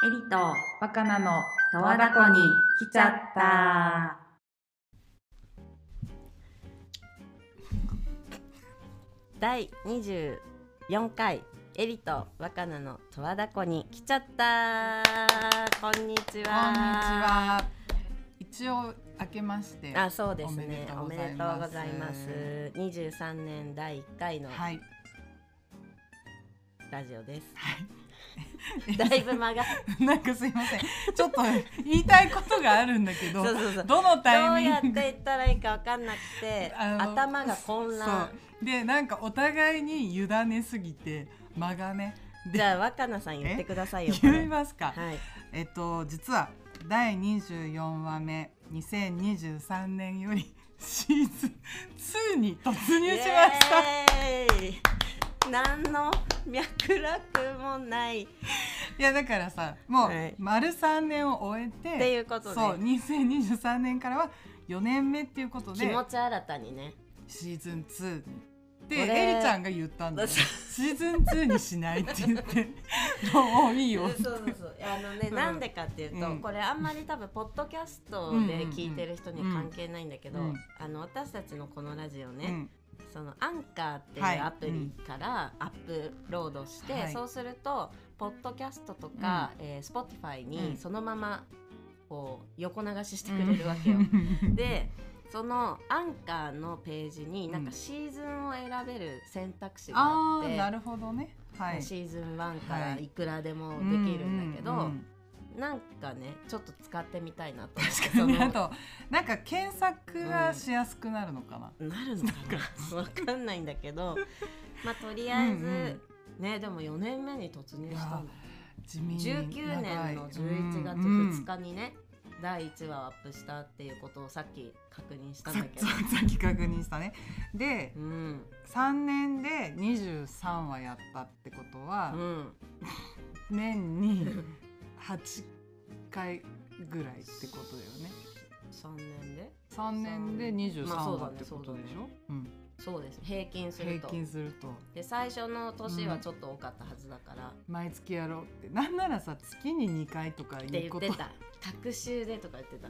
エリと若菜の十和田湖に来ちゃった。 第24回エリと若菜の十和田湖に来ちゃった。こんにちは。 こんにちは。一応明けましてそうですね、おめでとうございます。23年第1回のラジオです。だいぶ間がなんかすいません、ちょっと言いたいことがあるんだけどそうどのタイミングどうやって言ったらいいか分かんなくて頭が混乱で、なんかお互いに委ねすぎて間がね。 じゃあ若菜さん言ってくださいよ。 言いますか、 はい、 実は第24話目2023年よりシーズン2に突入しました。 何の脈絡もない。 いやだからさ、もう丸3年を終えてっていうことで、 そう2023年からは4年目っていうことで気持ち新たにねシーズン2でエリちゃんが言ったんだよ。シーズン2にしないって言ってもういいよって。 そうなんでかっていうと、これあんまり多分ポッドキャストで聞いてる人には関係ないんだけど、私たちのこのラジオね、そのアンカーっていうアプリからアップロードして、そうするとポッドキャストとか、Spotify にそのままこう横流ししてくれるわけよ。でそのアンカーのページになんかシーズンを選べる選択肢があって、 なるほどね、 シーズン1からいくらでもできるんだけど、なんかねちょっと使ってみたいなと思って。 確かに。あとなんか検索がしやすくなるのかな、 なるのかなわかんないんだけどまあとりあえず、ね、でも4年目に突入したんだ。19年の11月2日にね、第1話をアップしたっていうことをさっき確認したんだけど、 さっき確認したね。で、3年で23話やったってことは、年に8回ぐらいってことだよね。3年で23話ってことでしょ。 そうです。平均するとで最初の年はちょっと多かったはずだから、 毎月やろうって、なんならさ月に2回とか言ってた。隔週でとか言ってた。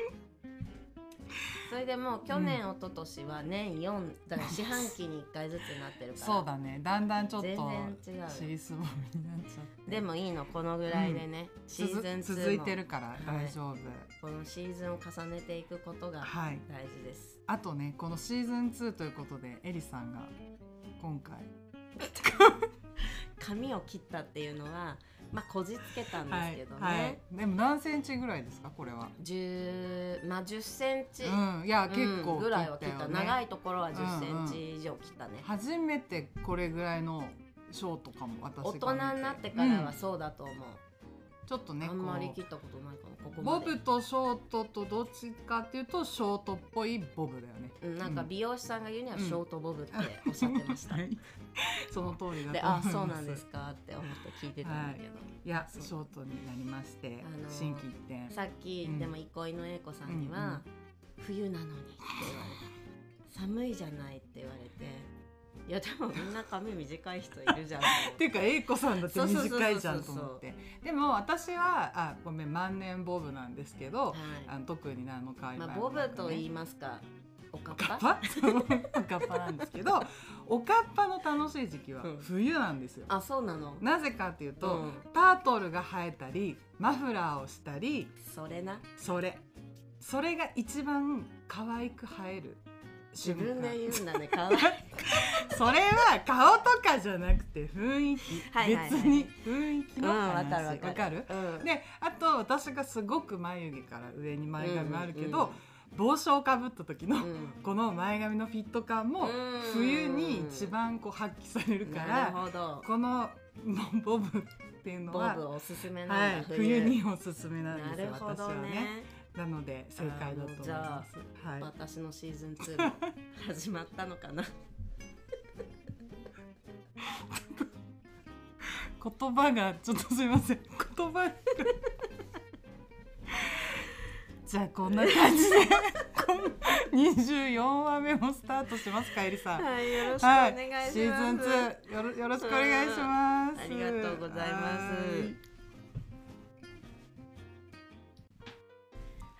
それでもう去年、一昨年は年4だから四半期に1回ずつになってるからそうだね、だんだんちょっと全然違う。 尻すぼみになっちゃって。 でもいいの、このぐらいでね、シーズン2も続いてるから大丈夫、 このシーズンを重ねていくことが大事です、 あとね、このシーズン2ということでエリさんが今回髪を切ったっていうのはこじつけたんですけどね、 でも何センチぐらいですかこれは。 10センチ、 いや結構ぐらいは切った。長いところは10センチ以上切ったね。 初めてこれぐらいのショートかも。私が大人になってからはそうだと思う。 ちょっとね、 あんまり切ったことないかも。ここボブとショートとどっちかっていうとショートっぽいボブだよね。 なんか美容師さんが言うにはショートボブっておっしゃってました。 その通りだと思います。 で、あ、そうなんですかって思って聞いてたんだけど、 いやショートになりまして、心機一転。 さっき、でも憩いの英子さんには、冬なのにって言われて、寒いじゃないって言われて、いやでもみんな髪短い人いるじゃんっていうか英子さんだって短いじゃんと思って。でも私はごめん、万年ボブなんですけど、特に何の変わりもない、 ボブと言いますか、おかっぱおかっぱなんですけど、おかっぱの楽しい時期は冬なんですよ。 あ、そうなの。 なぜかっていうと、タートルが生えたりマフラーをしたり、それが一番可愛く生える。 自分で言うんだね、可愛いそれは顔とかじゃなくて雰囲気、別に雰囲気の話。わかる？で、あと私がすごく眉毛から上に前髪あるけど、帽子をかぶった時のこの前髪のフィット感も冬に一番こう発揮されるから、このボブっていうのはボブおすすめなんだ。 冬におすすめなんですよ、 私はね。 なので正解だと思います。 じゃあ、私のシーズン2も始まったのかな言葉がちょっとすいません、言葉がじゃあこんな感じで24話目もスタートしますか、エリさん。 はい、よろしくお願いします。 シーズン2よろしくお願いします。 ありがとうございます。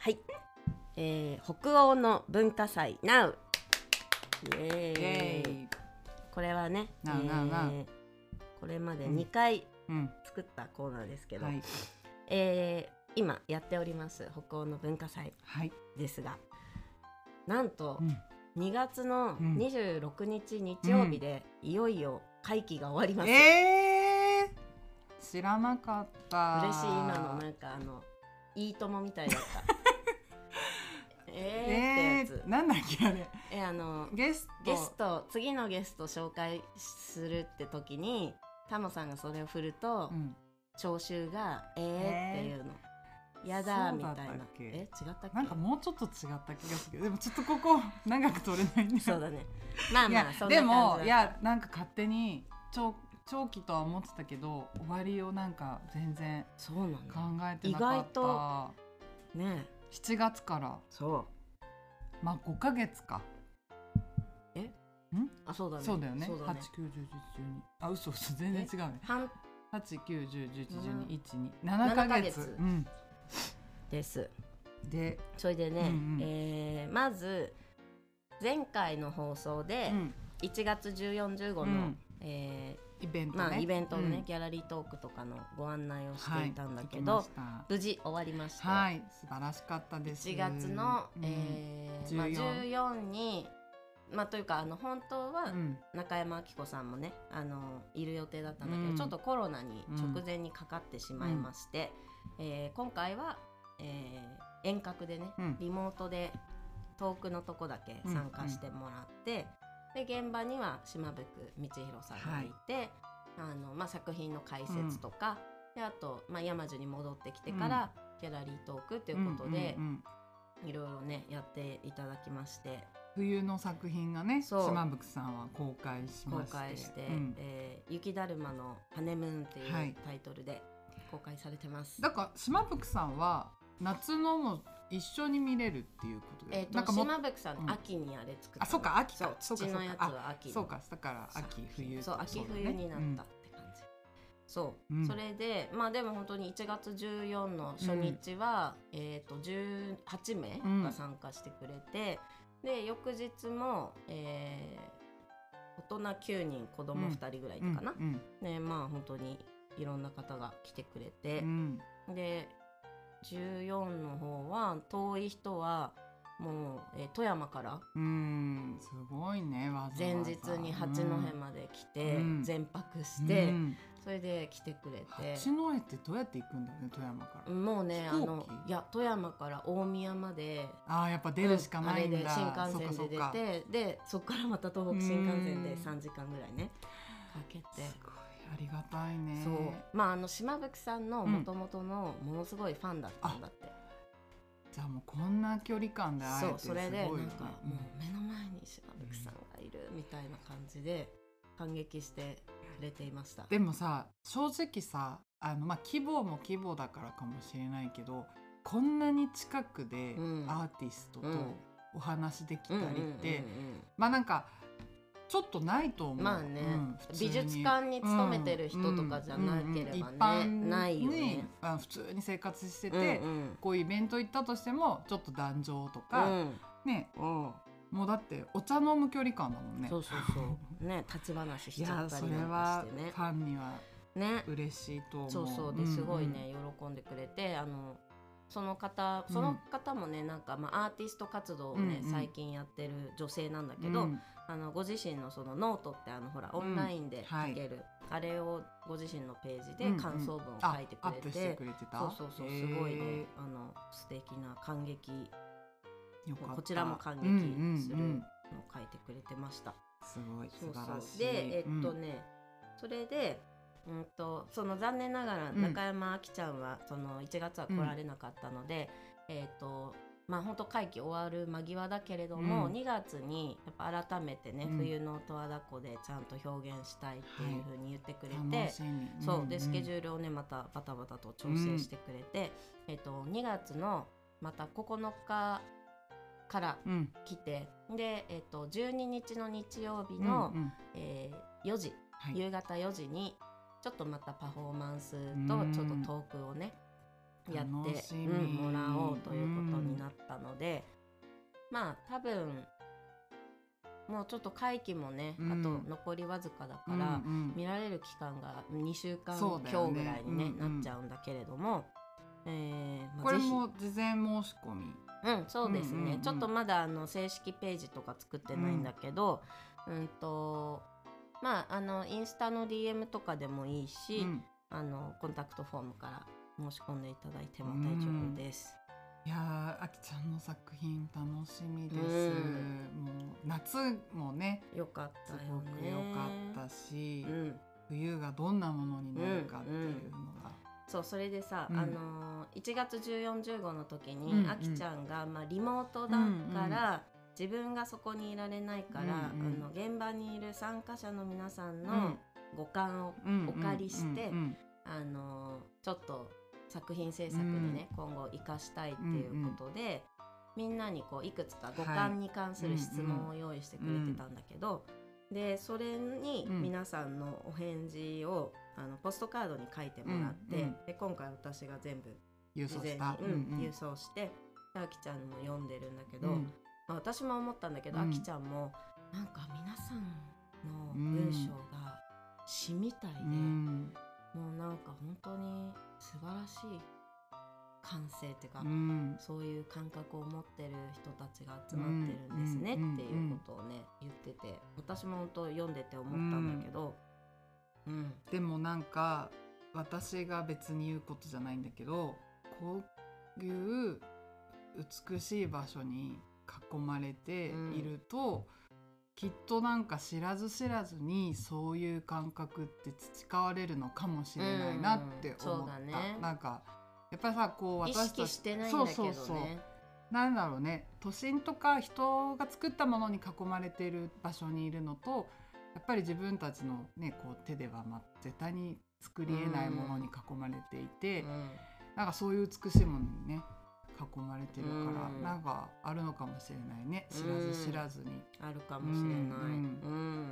はい、北欧の文化祭 NOW イエーイ。これはね、これまで2回作ったコーナーですけど、今やっております北欧の文化祭ですが、なんと2月の26日日曜日でいよいよ会期が終わります。 知らなかった。 嬉しい。今のなんかいいともみたいだったってやつなんだっけあれ。 ゲスト次のゲスト紹介するって時にタモさんがそれを振ると、聴衆がっていうの。やだみたいな。違ったっけ。 なんかもうちょっと違った気がするけど、でもちょっとここ長く取れないね。 そうだね。まあまあそんな感じだった。 でもいやなんか勝手に長期とは思ってたけど終わりをなんか全然考えてなかった。意外とね。 7月からまあ5ヶ月か。 そうだね。 そうだよね。8、9、10、11、12。あ、嘘全然違うね。8、9、10、11、12、1、2、7ヶ月です。で、それでね、まず前回の放送で1月14、15のイベントのね、ギャラリートークとかのご案内をしていたんだけど、無事終わりました。 はい、素晴らしかったです。 1月の14にというか本当は中山明子さんもねいる予定だったんだけど、ちょっとコロナに直前にかかってしまいまして、今回は遠隔でね、リモートで遠くのとこだけ参加してもらって、で現場には島吹道弘さんがいて、作品の解説とか、であと、山寿に戻ってきてからギャラリートークということで、いろいろねやっていただきまして、 冬の作品がね島吹さんは公開しまして、 雪だるまのハネムーンっていうタイトルで公開されてます。 だから島吹さんは夏のも一緒に見れるっていうことで、 島吹さん秋にあれ作った。 そうか秋か。 土のやつは秋。 そうか、だから秋冬。 そう秋冬になったって感じ。そう、それででも本当に1月14の初日は18名が参加してくれて、で翌日も大人9人子供2人ぐらいかな。で本当にいろんな方が来てくれて、で14の方は遠い人はもう、富山からすごいね、わざわざ前日に八戸まで来て、全泊して、それで来てくれて。 八戸ってどうやって行くんだろうね、富山から。 もうねいや富山から大宮までやっぱ出るしかないんだ、 あれで新幹線で出て、でそこからまた東北新幹線で3時間ぐらいねかけて。 すごいありがたいね。 そう島吹さんの元々のものすごいファンだったんだって。 じゃあもうこんな距離感で会えてすごい。 それでなんかもう目の前に島吹さんがいるみたいな感じで感激してくれていました。 でもさ、正直さ規模も規模だからかもしれないけど、こんなに近くでアーティストとお話できたりってなんかちょっとないと思う。 美術館に勤めてる人とかじゃなければね、ないよね。 普通に生活してて、こういうイベント行ったとしてもちょっと壇上とかね、もうだってお茶飲む距離感だもんね。 そうね、立ち話しちゃったりなんかしてね。 それはファンには嬉しいと思う。 そうですごいね喜んでくれて、その方もねなんかアーティスト活動をね最近やってる女性なんだけど、ご自身のそのノートってほらオンラインで書ける、あれをご自身のページで感想文を書いてくれて、そうすごいね素敵な感激、こちらも感激するのを書いてくれてました。 すごい素晴らしい。 でそれでその残念ながら中山あきちゃんはその1月は来られなかったので、本当会期終わる間際だけれども、2月にやっぱ改めてね、冬の十和田湖でちゃんと表現したいっていう風に言ってくれて、そうでスケジュールをねまたバタバタと調整してくれて、2月のまた9日から来て、で、12日の日曜日の、4時、夕方4時にちょっとまたパフォーマンスとちょっとトークをね、 やってもらおうということになったので、まあ多分もうちょっと会期もね、あと残りわずかだから、見られる期間が2週間今日ぐらいに、ねなっちゃうんだけれども、 これも事前申し込み。 そうですね、ちょっとまだ正式ページとか作ってないんだけど、まあインスタの DM とかでもいいし、コンタクトフォームから申し込んでいただいても大丈夫です。 いやあきちゃんの作品楽しみです。もう夏もねよかったよね、 すごく良かったし、冬がどんなものになるかっていうのが、 それでさ、1月14、15の時に、あきちゃんが、リモートだから、自分がそこにいられないから、現場にいる参加者の皆さんの五感をお借りして、ちょっと作品制作にね、今後生かしたいっていうことで、みんなにいくつか五感に関する質問を用意してくれてたんだけど、でそれに皆さんのお返事をポストカードに書いてもらって、で今回私が全部事前に郵送して、あきちゃんも読んでるんだけど、私も思ったんだけど、あきちゃんもなんか皆さんの文章が詩みたいで、もうなんか本当に素晴らしい感性っていうか、そういう感覚を持ってる人たちが集まってるんですねっていうことをね言ってて、私も本当読んでて思ったんだけど、 でもなんか私が別に言うことじゃないんだけど、こういう美しい場所に囲まれていると、きっとなんか知らず知らずにそういう感覚って培われるのかもしれないなって思った。なんかやっぱりさ、こう私たち意識してないんだけどね、 なんだろうね、都心とか人が作ったものに囲まれている場所にいるのと、やっぱり自分たちのねこう手では絶対に作り得ないものに囲まれていて、なんかそういう美しいものにね囲まれてるから、なんかあるのかもしれないね、知らず知らずに、 あるかもしれない。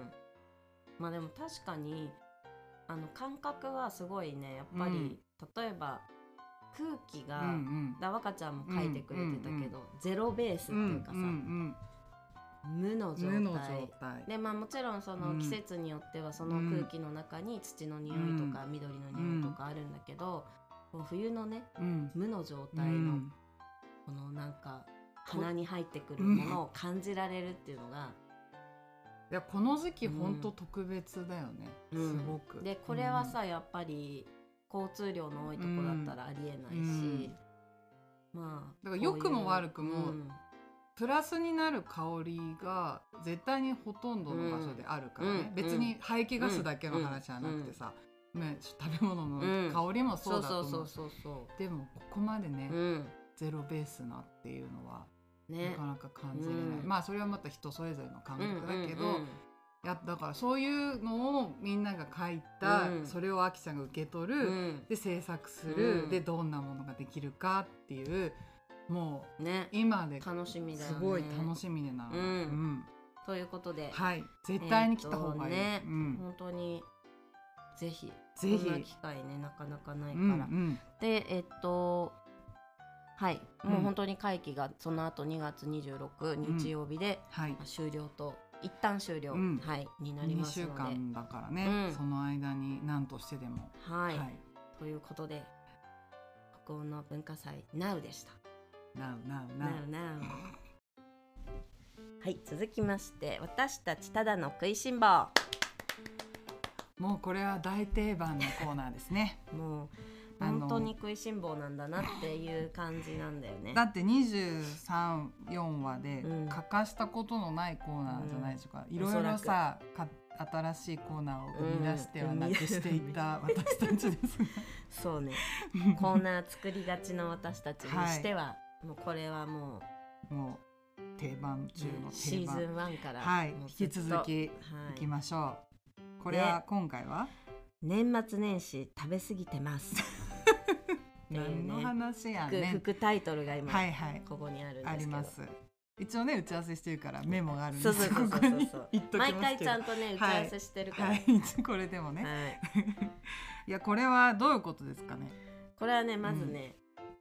まあでも確かに感覚はすごいね、やっぱり、例えば空気が、若ちゃんも書いてくれてたけど、ゼロベースっていうかさ、無の状態で、もちろんその季節によってはその空気の中に土の匂いとか緑の匂いとかあるんだけど、冬のね、無の状態のこのなんか鼻に入ってくるものを感じられるっていうのが、 いやこの時期ほんと特別だよね、すごく。 でこれはさ、やっぱり交通量の多いとこだったらありえないし、まあだから良くも悪くも、プラスになる香りが絶対にほとんどの場所であるからね、別に排気ガスだけの話じゃなくてさ、食べ物の香りもそうだと思う。でもここまでね、ゼロベースなっていうのはなかなか感じれない、まあそれはまた人それぞれの感覚だけど、だからそういうのをみんなが書いた、それをあきちゃんが受け取る、で制作する、でどんなものができるかっていう、もう今で楽しみだよね、 すごい楽しみでなる。 ということで、 絶対に来た方がいい、 本当にぜひこんな機会ねなかなかないから、でもう本当に会期がその後2月26日曜日で終了と、一旦終了、になりますので、 2週間だからね、その間に何としてでも。 ということで、北欧の文化祭 NOW でした。NOW はい、続きまして、私たちただの食いしん坊。 もうこれは大定番のコーナーですね。 もう本当に食いしん坊なんだなっていう感じなんだよね。 だって23、4話で欠かしたことのないコーナーじゃないでしょうか。いろいろさ、新しいコーナーを生み出してはなくしていた私たちですがそうね、コーナー作りがちの私たちにしては、もうこれはもう定番中の定番、 シーズン1から引き続きいきましょう。これは今回は年末年始食べ過ぎてます何の話やね。 副タイトルが今ここにあるんですけど、あります。 一応ね打ち合わせしてるからメモがあるんです。 毎回ちゃんとね打ち合わせしてるから、 これでもね、いやこれはどういうことですかね。 これはね、まずね、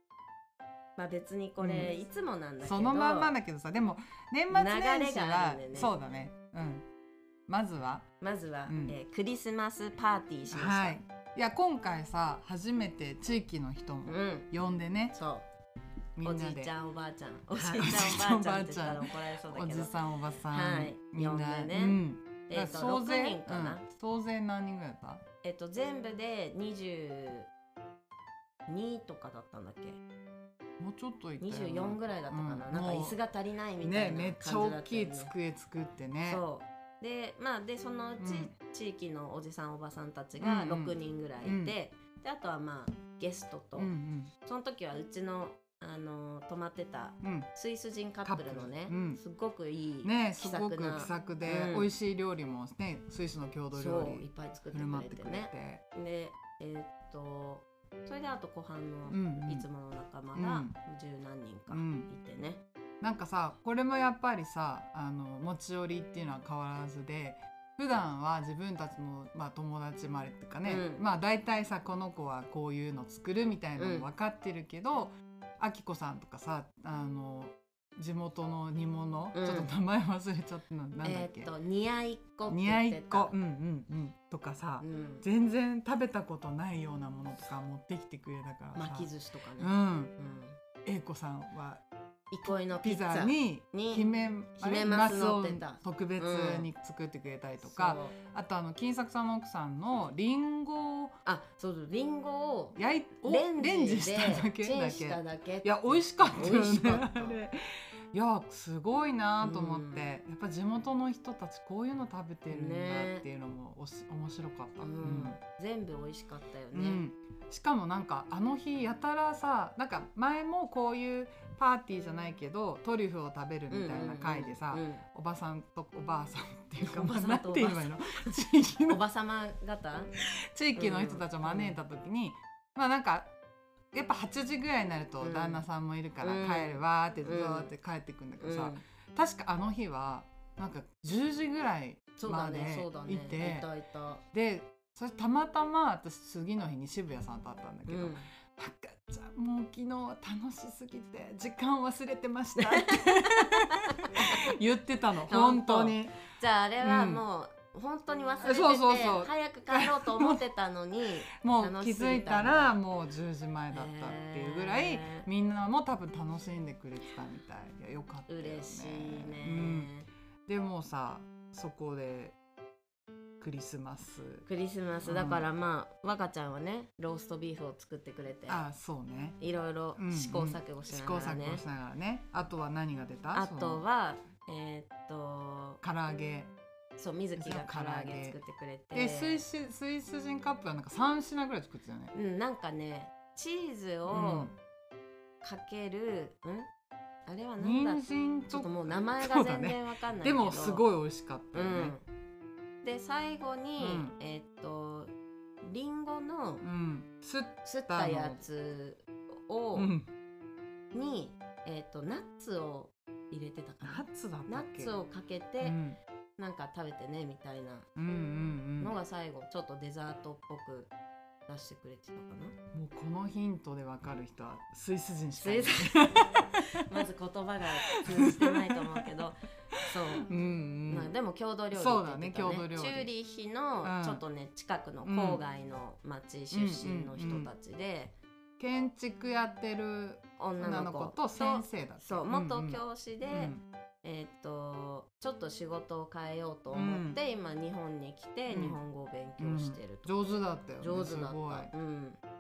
まあ別にこれいつもなんだけど、 そのまんまだけどさ、でも年末年始は流れがあるんでね。 そうだね、まずは、 クリスマスパーティーしました。 はい、いや今回さ初めて地域の人も呼んでね、 そうみんなでおじいちゃんおばあちゃん、おじいちゃんおばあちゃんって言ったら怒られそうだけど、 おじさんおばさん、 はい、 みんな呼んでね、 総勢 6人かな、 総勢何人ぐらいだった？ 全部で22とかだったんだっけ？ もうちょっといったよな、 24ぐらいだったかな、なんか椅子が足りないみたいな感じだったよね。 めっちゃ大きい机作ってね。 そうで、まあでそのうち、地域のおじさんおばさんたちが6人ぐらいいて、であとはまあゲストと、その時はうちの泊まってたスイス人カップルのね、すごくいいすごく気さくで、美味しい料理もね、スイスの郷土料理いっぱい作ってくれてね。でそれであと後半のいつもの仲間が十何人かいてね、 なんかさ、これもやっぱりさ、持ち寄りっていうのは変わらずで、普段は自分たちの、友達周りっていうかね、だいたいさこの子はこういうの作るみたいなの分かってるけど、あきこさんとかさ、地元の煮物、ちょっと名前忘れちゃったの、なんだっけ、 煮合いっこって煮合いっことかさ、全然食べたことないようなものとか持ってきてくれたからさ、 巻き寿司とかね、 英子さんは憩いのピザに姫マスを特別に作ってくれたりとか、あと金作さんの奥さんのリンゴをリンゴをレンジしただけいや美味しかったよね。いやすごいなと思って、やっぱ地元の人たちこういうの食べてるんだっていうのも面白かった、 全部美味しかったよね、 しかもなんかあの日やたらさ、なんか前もこういうパーティーじゃないけどトリュフを食べるみたいな回でさ、おばさんとおばあさんっていうか、なんて言えばいいの、地域のおばさま方地域の人たちを招いた時に、なんかやっぱ8時ぐらいになると旦那さんもいるから帰るわってずーって帰ってくんだけどさ、確かあの日はなんか10時ぐらいまでいて、でそれたまたま私次の日に渋谷さんと会ったんだけど、赤ちゃんもう昨日は楽しすぎて時間忘れてましたって言ってたの本当に。 じゃああれはもう、本当に忘れてて早く帰ろうと思ってたのにもう気づいたらもう10時前だったっていうぐらい、みんなも多分楽しんでくれてたみたいでよかったよね。 嬉しいね、 でもさそこでクリスマスだから若ちゃんはねローストビーフを作ってくれて、 そうね、 いろいろ試行錯誤しながらね、 あとは何が出た？ あとは唐揚げ、 そう水木が唐揚げ作ってくれて、 でスイス人カップルはなんか3品ぐらい作ってたよね。 なんかねチーズをかける、あれはなんだ、ちょっともう名前が全然わかんないけど、 でもすごい美味しかったよね、 で最後に、リンゴのすったやつを、にナッツを入れてたかな。ナッツをかけて、なんか食べてねみたいなのが最後ちょっとデザートっぽく出してくれてたかな。 もうこのヒントで分かる人はスイス人しかいない。 まず言葉が通じてないと思うけどそう、でも郷土料理って言ってたね。 そうだね、郷土料理。 チューリッヒのちょっとね、近くの郊外の町出身の人たちで、 建築やってる女の子と先生だった。 そう、元教師で、ちょっと仕事を変えようと思って、今日本に来て日本語を勉強してると、 上手だったよね。 上手だった、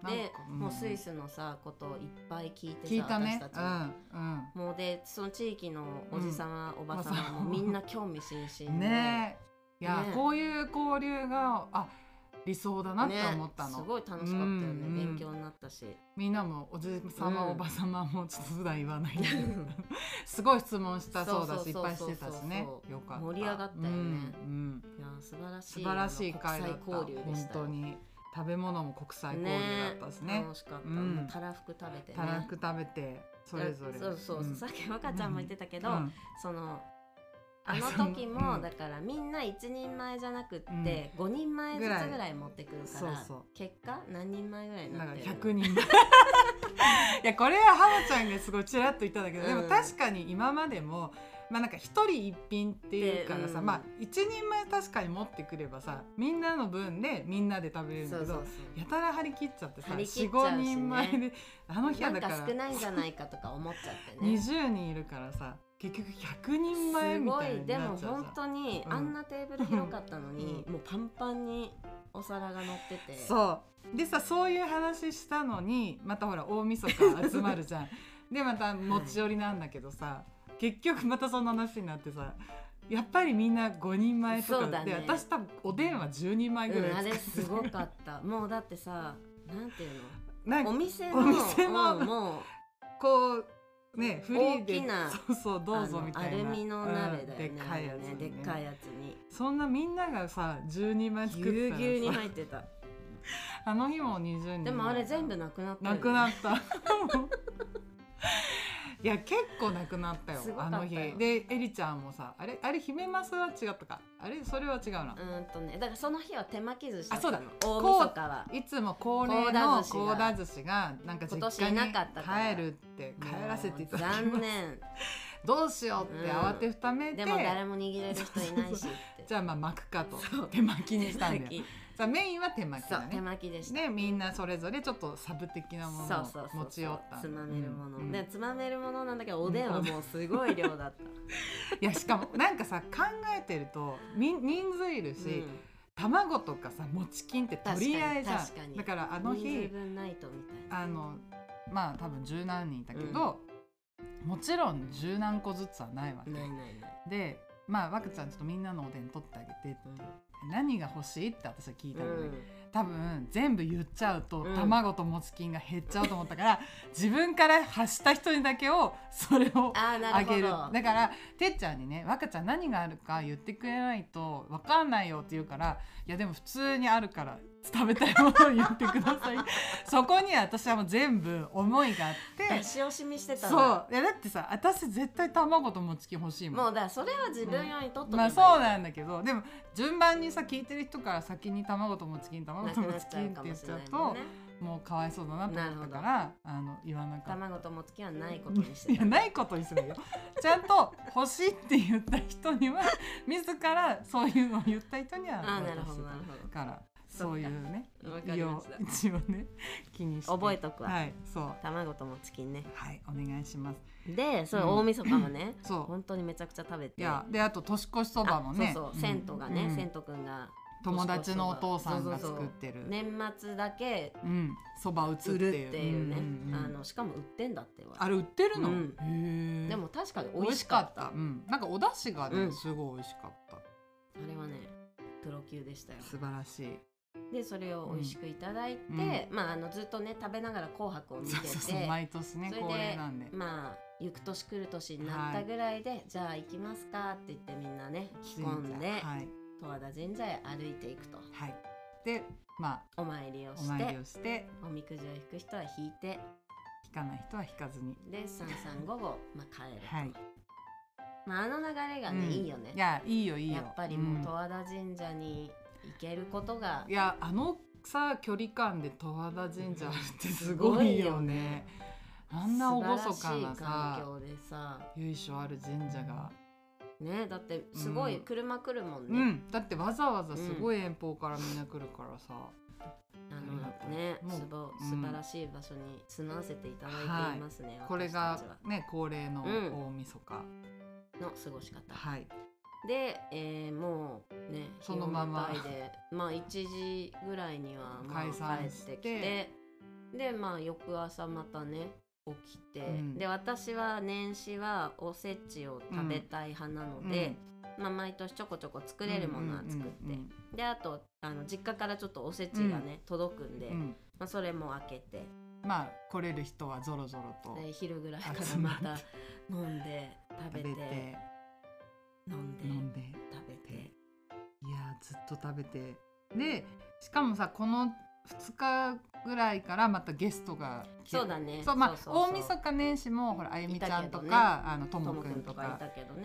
で、もうスイスのさことをいっぱい聞いてさ、 ね、 私たちも、もうでその地域のおじさま、おばさまもみんな興味津々で、 ね、いや、こういう交流が理想だなって思ったの、 すごい楽しかったよね、勉強になったし、 みんなもおじさま、おばさまもちょっと普段言わないけどすごい質問したそうだし、いっぱいしてたしね、よかった、 盛り上がったよね、いや素晴らしい会だった。 交流でした。 本当に食べ物も国際交流だったしね、 楽しかった。たらふく食べてね、 たらふく食べてそれぞれ、 さっき若ちゃんも言ってたけど、そのあの時もだからみんな1人前じゃなくって5人前ずつぐらい持ってくるから、結果何人前ぐらいになってるの？ 100人前いやこれはハモちゃんがすごいちらっと言ったんだけど、でも確かに今までもまあなんか一人一品っていうからさ、まあ一人前確かに持ってくればさみんなの分でみんなで食べれるんだけど、やたら張り切っちゃってさ、4、5人前であの日はだからなんか少ないんじゃないかとか思っちゃってね 20人いるからさ結局100人前みたいになっちゃう。 すごい。でも本当にあんなテーブル広かったのに、もうパンパンにお皿が乗ってて、 そうでさ、そういう話したのにまたほら大晦日集まるじゃんでまた持ち寄りなんだけどさ、結局またそんな話になってさ、やっぱりみんな5人前とかで、私多分おでんは10人前ぐらい作って、あれすごかったもうだってさ、なんていうの、 お店のもうこうね、フリーで大きなそうどうぞみたいなアルミの鍋だよね、 でっかいやつね、 でっかいやつにそんなみんながさ10人前作ったらさ、 ぎゅうぎゅうに入ってたあの日も20人。 でもあれ全部なくなったよね。 なくなったいや結構なくなったよあの日で。エリちゃんもさ、あれ姫マスは違ったか、あれそれは違うな。 ね、だからその日は手巻き寿司だったの。 あ、そうだ、 大晦日はいつも恒例の幸田寿司がなんか実家に帰るって帰らせていただきます。 残念どうしようって慌てふためて、 でも誰も握れる人いないしってじゃあまあ巻くかと手巻きにしたんだよ。さあメインは手巻きだね。 手巻きでした。 でみんなそれぞれちょっとサブ的なものを持ち寄った。 つまめるもの、でつまめるものなんだけど、おでんはもうすごい量だったいやしかもなんかさ考えてると人数いるし、卵とかさもち巾って取り合いじゃん。だからあの日まあ多分十何人いたけど、もちろん十何個ずつはないわけで、まあわくちゃんちょっとみんなのおでん取ってあげてって、何が欲しいって私は聞いたのね、多分全部言っちゃうと、卵ともち巾が減っちゃうと思ったから自分から発した人にだけをそれをあげる。だからてっちゃんにね、わかちゃん何があるか言ってくれないと分かんないよって言うから、いやでも普通にあるから食べたいものを言ってくださいそこには私はもう全部思いがあって出し惜しみしてた。 そういやだってさ、私絶対卵ともち巾欲しいもん。 もうだからそれは自分用に取っとけばいい。 まあそうなんだけど、でも順番にさ聞いてる人から先に卵ともち巾卵ともち巾って言っちゃうともうかわいそうだなと思ったから言わなかった。 卵ともち巾はないことにしてた。 いやないことにするよちゃんと欲しいって言った人には自らそういうのを言った人には渡すからそういうね、一応ね気にして覚えとくわ。 はい、そう卵ともち巾ね。 はい、お願いします。 で、それ大晦日もね、本当にめちゃくちゃ食べて。 いやで、あと年越しそばもね、 そう銭湯がね、銭湯くんが友達のお父さんが作ってる年末だけそば打つっていうね、しかも売ってんだって。 あれ売ってるの？ でも確かに美味しかった。 なんかお出汁がねすごい美味しかった。 あれはねプロ級でしたよ。 素晴らしい。 でそれを美味しくいただいて、ずっとね食べながら紅白を見てて、 毎年ね恒例なんで、 行く年来る年になったぐらいで、じゃあ行きますかって言ってみんなね着込んで十和田神社へ歩いていくと。 でお参りをしておみくじを引く人は引いて、 引かない人は引かずにで3:35帰ると。あの流れがねいいよね。 いやいいよいいよ。 やっぱりもう十和田神社に行けることが、 いやさ距離感で十和田神社ってすごいよね。あんな厳かなさ由緒ある神社がね、だってすごい車来るもんね。 だってわざわざすごい遠方からみんな来るからさ、 素晴らしい場所に住まわせていただいていますね。 これがね恒例の大晦日の過ごし方。で、もうねそのままで1時ぐらいには帰ってきて、で翌朝またね起きて、で私は年始はおせちを食べたい派なので、毎年ちょこちょこ作れるものは作って、であと実家からちょっとおせちがね届くんで、それも開けて、 来れる人はぞろぞろと昼ぐらいからまた飲んで食べて飲んで食べて、 いやずっと食べて、でしかもさこの2日ぐらいからまたゲストがそうだね。 大晦日年始もほらあゆみちゃんとかともくんとかいたけどね。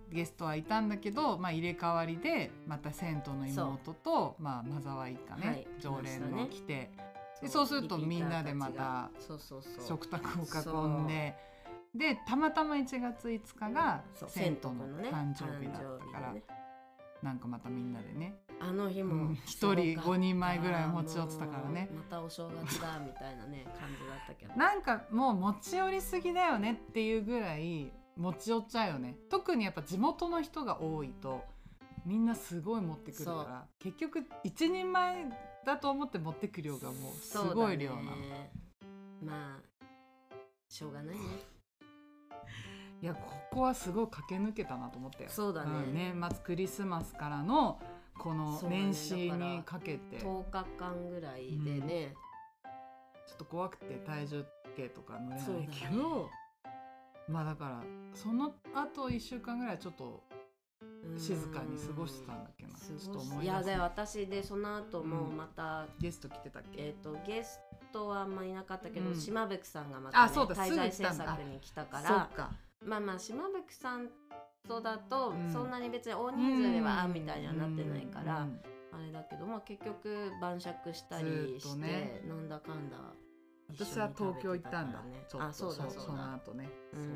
ゲストはいたんだけど、入れ替わりでまた銭湯の妹と、マザワ一家ね、常連の来て、でそうするとみんなでまた食卓を囲んで、でたまたま1月5日が銭湯の誕生日だったから、なんかまたみんなでね、 あの日も 1人5人前ぐらい持ち寄ってたからね、 またお正月だみたいなね感じだったけど、 なんかもう持ち寄りすぎだよねっていうぐらい持ち寄っちゃうよね。特にやっぱ地元の人が多いとみんなすごい持ってくるから、結局1人前だと思って持ってく量がもうすごい量なの。 まあしょうがないね。 いや、ここはすごい駆け抜けたなと思ったよ。 そうだね、 年末クリスマスからのこの年始にかけて、 10日間ぐらいでね、 ちょっと怖くて体重計とか乗れないけど、だからその後1週間ぐらいちょっと静かに過ごしてたんだっけな、ちょっと思い出す。 いやで私でその後もまた、 ゲスト来てたっけ？ ゲストはあんまいなかったけど、島吹さんがまた、ね、滞在制作に来たから、島吹さんとだと、そんなに別に大人数ではみたいにはなってないから、あれだけど、結局晩酌したりして、なんだかんだ私は東京行ったんだね。ちょっとそうだその後ね。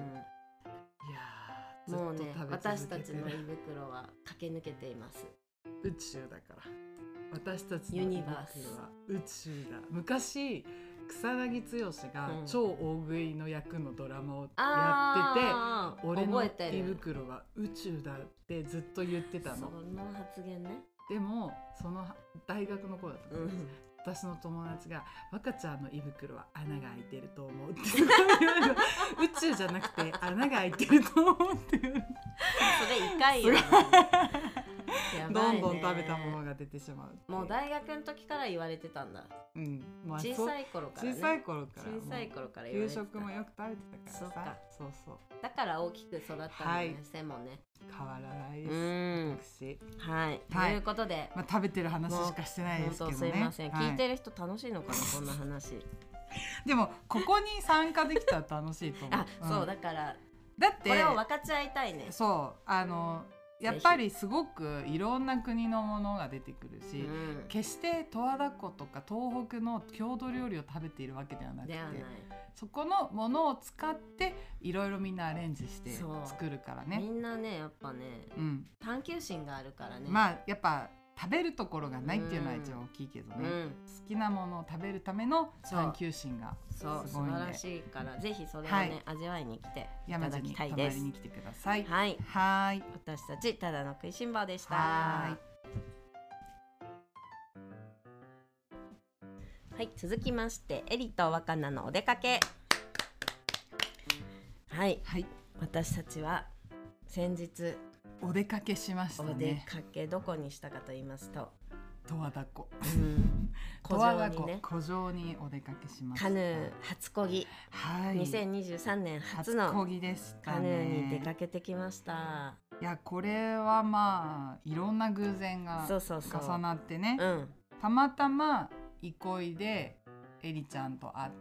いやもうね、私たちの胃袋は駆け抜けています。 宇宙だから。私たちの胃袋は宇宙だ。昔草薙剛が超大食いの役のドラマをやってて、俺の胃袋は宇宙だってずっと言ってたの。 その発言ね。 でもその大学の頃だったんです。私の友達が若ちゃんの胃袋は穴が開いてると思うってすごい言われる。宇宙じゃなくて穴が開いてると思うって言われる。 それ痛いよね。 どんどん食べたものが出てしまう。 もう大学の時から言われてたんだ。小さい頃からね。 小さい頃から言われてた。 給食もよく食べてたからさ。そうだから大きく育ったんだね、背もね。 変わらないです。 はい。ということで、 食べてる話しかしてないですけどね。 すいません。聞いてる人楽しいのかな、こんな話。 でもここに参加できたら楽しいと思う。 そうだからだってこれを分かち合いたいね。 そうやっぱりすごくいろんな国のものが出てくるし、決して十和田湖とか東北の郷土料理を食べているわけではなくて、そこのものを使っていろいろみんなアレンジして作るからね。 みんなねやっぱね、探求心があるからね。 やっぱ食べるところがないっていうのは一番大きいけどね、好きなものを食べるための探求心がすごいんで、 素晴らしいからぜひそれをね、味わいに来ていただきたいです。 山地に泊まりに来てください。 はい、 はい私たちただの食いしん坊でした。 はい、 続きましてエリと若菜のお出かけ。はい、私たちは先日お出かけしましたね。 お出かけどこにしたかと言いますと十和田湖、 湖上にね、 湖上にお出かけしました。 カヌー初漕ぎ、2023年初の漕ぎでしたね。 カヌーに出かけてきました。 いやこれはいろんな偶然が重なってね、たまたま憩いでエリちゃんと会って、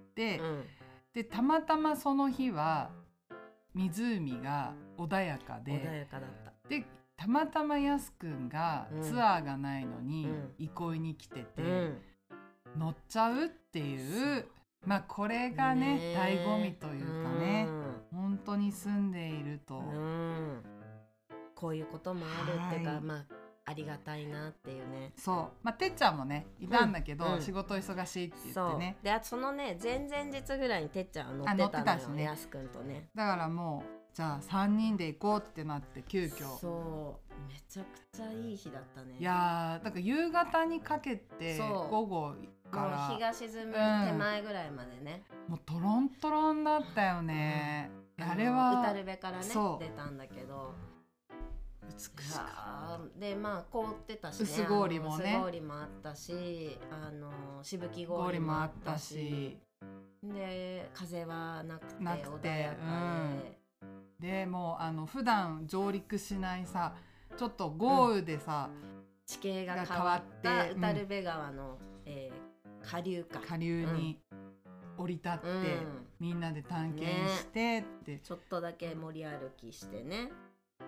でたまたまその日は湖が穏やかで、 穏やかだった。 でたまたまやすくんがツアーがないのに憩いに来てて、乗っちゃうっていう、これがね醍醐味というかね、本当に住んでいると、 こういうこともあるっていうか、ありがたいなっていうね。 そうてっちゃんもねいたんだけど、仕事忙しいって言ってね。 でそのね前々日ぐらいにてっちゃんは乗ってたのよ、やすくんとね。 だからもうじゃあ3人で行こうってなって急遽。 めちゃくちゃいい日だったね。 いやだから夕方にかけて午後からもう日が沈む手前ぐらいまでね、 もうトロントロンだったよね、あれはうたるべからね出たんだけど、 美しかった。 で凍ってたしね、 薄氷もね、 薄氷もあったし、しぶき氷もあったし、で風はなくて穏やかでもう普段上陸しないさ、ちょっと豪雨でさ、 地形が変わったうたるべ川の、下流に降り立って、みんなで探検してって、 ちょっとだけ森歩きしてね。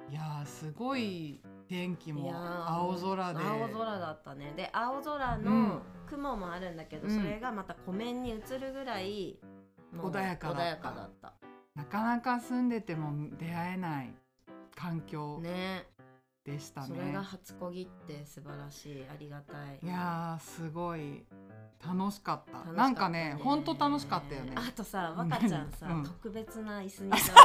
いやすごい天気も青空で、 青空だったね。で青空の雲もあるんだけど、それがまた湖面に映るぐらい穏やかだった。なかなか住んでても出会えない環境でしたね。 それが初こぎって素晴らしい、ありがたい。 いやすごい楽しかった。なんかね本当楽しかったよね。 あとさ、若ちゃんさ、特別な椅子に座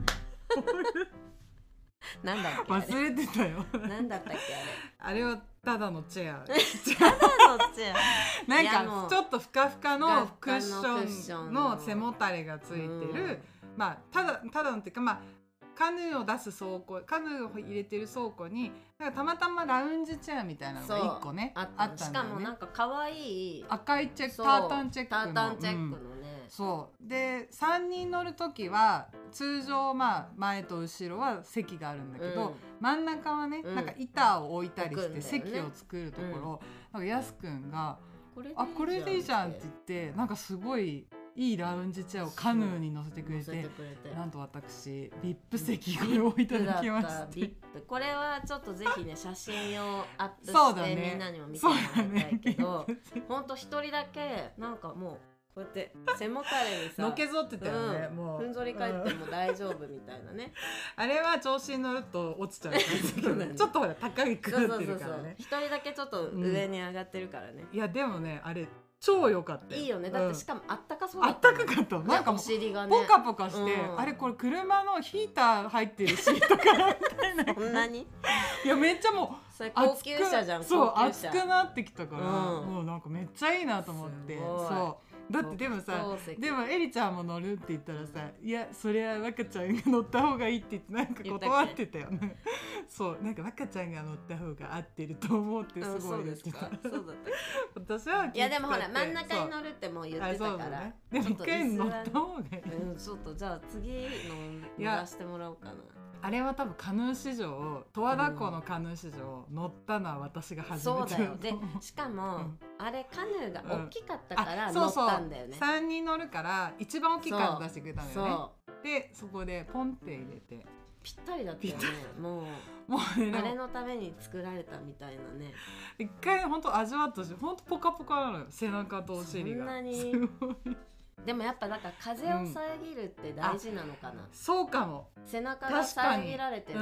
なんだっけ、 忘れてたよ。 なんだったっけあれはただのチェア。 ただのチェア。 なんかちょっとふかふかのクッションの背もたれがついてる、まあただのっていうか、まあカヌーを出す倉庫、カヌーを入れてる倉庫になんかたまたまラウンジチェアみたいなのが1個ねあったんだよね。 しかもなんか可愛い赤いチェック、タータンチェックの、 タータンチェックのね、 そうで3人乗るときは通常まあ前と後ろは席があるんだけど、真ん中はね、なんか板を置いたりして席を作るところ、なんかやすくんがこれでいいじゃんって言って、なんかすごいいいラウンジチェアをカヌーに乗せてくれて、なんと私ビップ席をいただきまして、 これはちょっとぜひね写真をアップしてみんなにも見てもらいたいけど、ほんと一人だけなんかもうこうやって背もたれにさのけぞってたよね、もうふんぞり返っても大丈夫みたいなね。 あれは調子に乗ると落ちちゃう感じだけどね、ちょっとほら高いくなってるからね。 一人だけちょっと上に上がってるからね。 いやでもねあれ超良かったよ。 いいよね。だってしかもあったかそうだった。あったかかった。なんかもうお尻がねポカポカして、あれこれ車のヒーター入ってるシートかなみたいな。 そんなに？ いやめっちゃもうそれ高級車じゃん。 そう熱くなってきたから、もうなんかめっちゃいいなと思って。そう。だってでもさ、でもエリちゃんも乗るって言ったらさ、いやそりゃ若ちゃんが乗った方がいいって言ってなんか断ってたよね。そうなんか若ちゃんが乗った方が合ってると思ってすごい言ってた。そうだった。私はいやでもほら真ん中に乗るってもう言ってたから。 でも一回乗った方がいい。 ちょっとじゃあ次の乗らせてもらおうかな。 あれは多分カヌー史上、十和田湖のカヌー史上乗ったのは私が初めて。 そうだよ。でしかもあれカヌーが大きかったから乗ったんだよね。 3人乗るから一番大きいカヌー出してくれたんだよね。でそこでポンって入れてぴったりだったよね。もうねあれのために作られたみたいなね。 一回本当味わってほしい。本当ポカポカなのよ、背中とお尻が。 そんなにでもやっぱなんか風を遮るって大事なのかな。 そうかも。 背中が遮られてるから、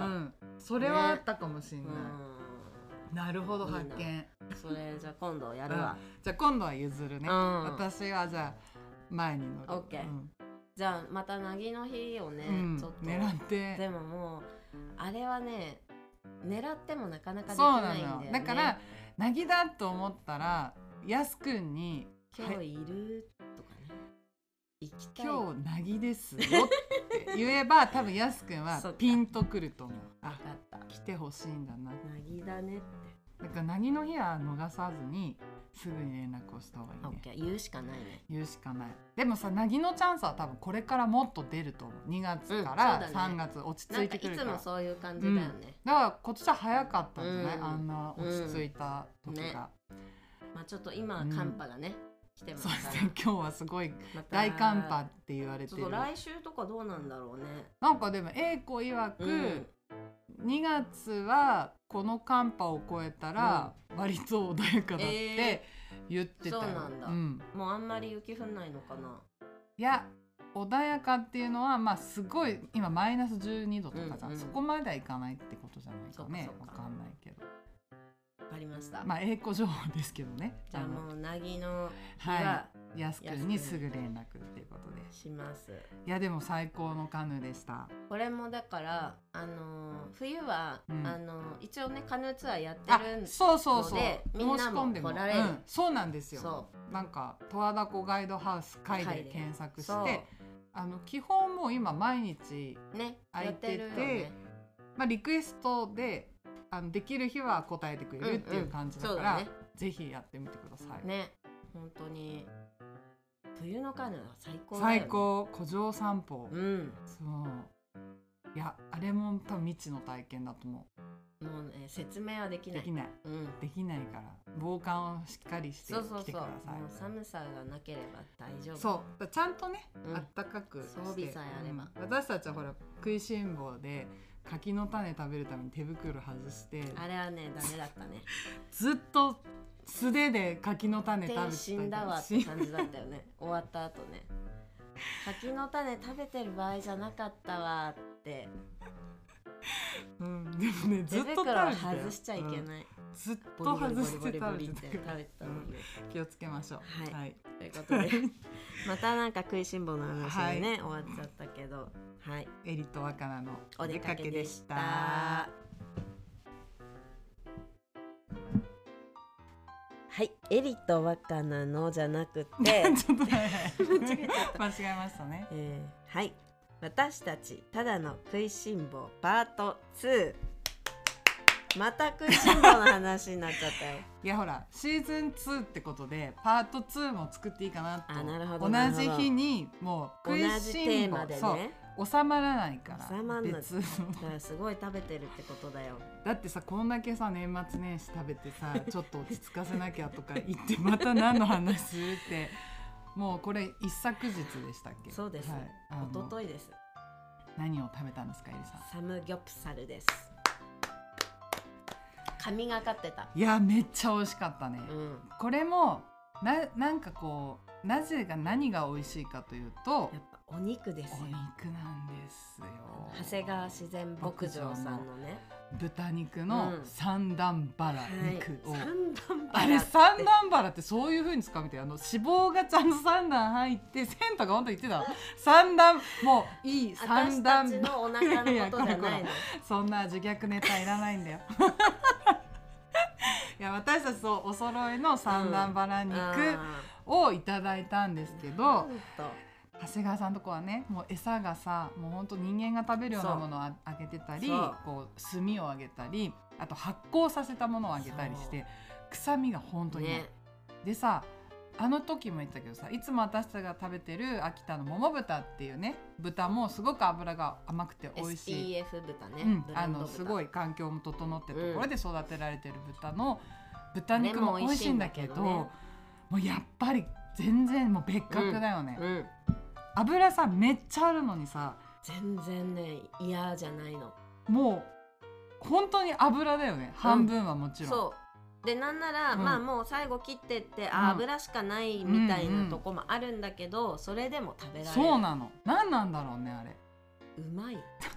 それはあったかもしれない。なるほど、発見。 それじゃあ今度やるわ。 じゃあ今度は譲るね。私はじゃあ前に乗る。 オッケー。じゃあまたなぎの日をね、ちょっと狙って。 でももうあれはね狙ってもなかなかできないんだよね。 だからなぎだと思ったらやすくんに今日いるとかね、行きたい今日なぎですよって言えば多分やすくんはピンとくると思う。 分かった、 来てほしいんだな。 なぎだねって。 だからなぎの日は逃さずにすぐに連絡をした方がいいね。 オッケー、言うしかないね。 言うしかない。でもさ、なぎのチャンスは多分これからもっと出ると思う。2月から3月落ち着いてくるから。 いつもそういう感じだよね。 だから今年は早かったんじゃない？あんな落ち着いた時が。 まあちょっと今寒波がね、来てますから。 そうですね。今日はすごい大寒波って言われてる。 来週とかどうなんだろうね。 なんかでも英子曰く、2月はこの寒波を超えたら割と穏やかだって言ってたよ。 そうなんだ。もうあんまり雪降んないのかな。 いや穏やかっていうのはまあすごい今マイナス12度とかじゃん、そこまではいかないってことじゃないかね。わかんないけど。 わかりました。 まあ英子情報ですけどね。 じゃあもうなぎの日はやすくんにすぐ連絡っていうことでします。 いやでも最高のカヌーでした。 これもだから冬は、一応ねカヌーツアーやってるので、 そうみんなも来られる。 そうなんですよ。なんか十和田湖ガイドハウス会で検索して基本もう今毎日空いてて、まあリクエストでできる日は答えてくれるっていう感じだから、ぜひやってみてくださいね。本当に冬のカヌーは最高だよね。 最高。湖上散歩、そういやあれも多分未知の体験だと思う。 もうね説明はできない。 できないから防寒をしっかりしてきてください。 もう寒さがなければ大丈夫。 そうちゃんとね、あったかくして装備さえあれば。 私たちはほら食いしん坊で柿の種食べるために手袋外して、 あれはねダメだったね。 ずっと素手で柿の種食べてた。 死んだわって感じだったよね終わった後ね、柿の種食べてる場合じゃなかったわって。 でもねずっと食べて手袋外しちゃいけない、 ずっと外して食べてた。気をつけましょう。 はい、ということでまたなんか食いしん坊の話でね、終わっちゃったけど、はい、 エリと若菜のお出かけでした。はい、エリと若菜のじゃなくてちょっと間違えましたね。 はい、私たちただの食いしん坊パート2。また食いしん坊の話になっちゃったよ。 いやほらシーズン2ってことでパート2も作っていいかなと。 なるほど。 同じ日にもう食いしん坊でね収まらないから。 収まんない。だからすごい食べてるってことだよ。 だってさこんだけさ年末年始食べてさちょっと落ち着かせなきゃとか言ってまた何の話するってもうこれ一昨日でしたっけ？ そうです。一昨日です。 何を食べたんですかエリさん？ サムギョプサルです。神がかってた。 いやめっちゃ美味しかったね。これもなんかこうなぜが何が美味しいかというとやっぱお肉ですよ。 お肉なんですよ。 長谷川自然牧場さんのね豚肉の三段バラ肉を、 三段バラあれ三段バラってそういう風に使うみたいな、脂肪がちゃんと三段入ってセンターが本当言ってた三段もういい三段私たちのお腹のことじゃないのそんな自虐ネタいらないんだよいや私たちとお揃いの三段バラ肉をいただいたんですけど、長谷川さんとこはねもう餌がさもうほんと人間が食べるようなものをあげてたりこう炭をあげたりあと発酵させたものをあげたりして臭みが本当にない、ね、でさあの時も言ったけどさいつも私たちが食べてる秋田の桃豚っていうね豚もすごく脂が甘くて美味しい SPF 豚ね、 すごい環境も整ってるところで育てられてる豚肉も美味しいんだけど、もうやっぱり全然もう別格だよね、油さめっちゃあるのにさ全然ね嫌じゃないの。 もう本当に油だよね、半分はもちろん。 そうでなんなら、まあもう最後切ってって油しかないみたいなとこもあるんだけど、それでも食べられる。 そうなの。何なんだろうねあれ。 うまい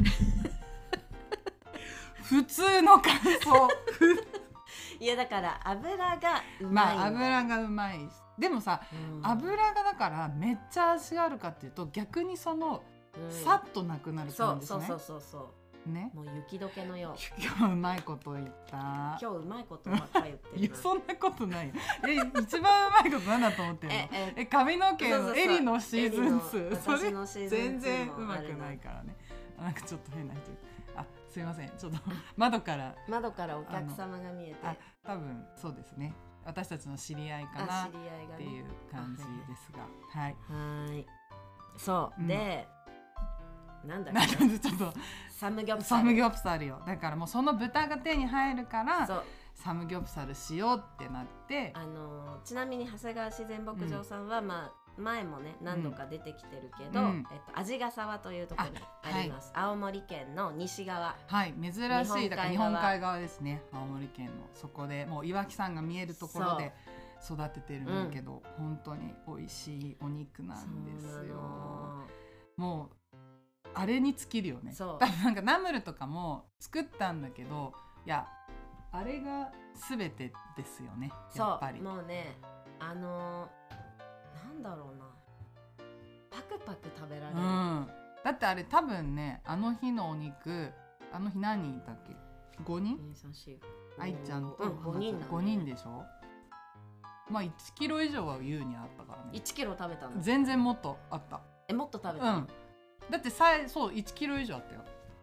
普通の感想いやだから油がうまい。 まあ油がうまいでもさ、油がだからめっちゃ味があるかっていうと逆にその、さっとなくなる感じですね。 そうね。もう雪解けのよう。 今日うまいこと言った。 今日うまいことばっかり言ってる。 いやそんなことないよ。一番うまいことなんだと思ってるの？髪の毛のエリのシーズン2。それ全然うまくないからね。なんかちょっと変な人。すいません。ちょっと窓からお客様が見えて。 多分そうですね。私たちの知り合いかなっていう感じですが、はい。 そうで。なんだっけちょっとサムギョプサルよ。だからもうその豚が手に入るからサムギョプサルしようってなって、 ちなみに長谷川自然牧場さんは、まあ前もね何度か出てきてるけど、鰺ヶ沢というところにあります。青森県の西側。 はい、珍しいだから日本海側ですね。青森県のそこでもう岩木山が見えるところで育ててるんだけど、本当に美味しいお肉なんですよ。もうあれに尽きるよね。多分なんかナムルとかも作ったんだけど、いやあれが全てですよね。やっぱりもうねなんだろうな、パクパク食べられる、 だってあれ多分ねあの日のお肉あの日何人いたっけ？5人？愛ちゃんと5人でしょ。まあ1キロ以上は優にあったからね。 1キロ食べたの？ 全然もっとあった。 もっと食べたの？ だってそう1キロ以上あったよ。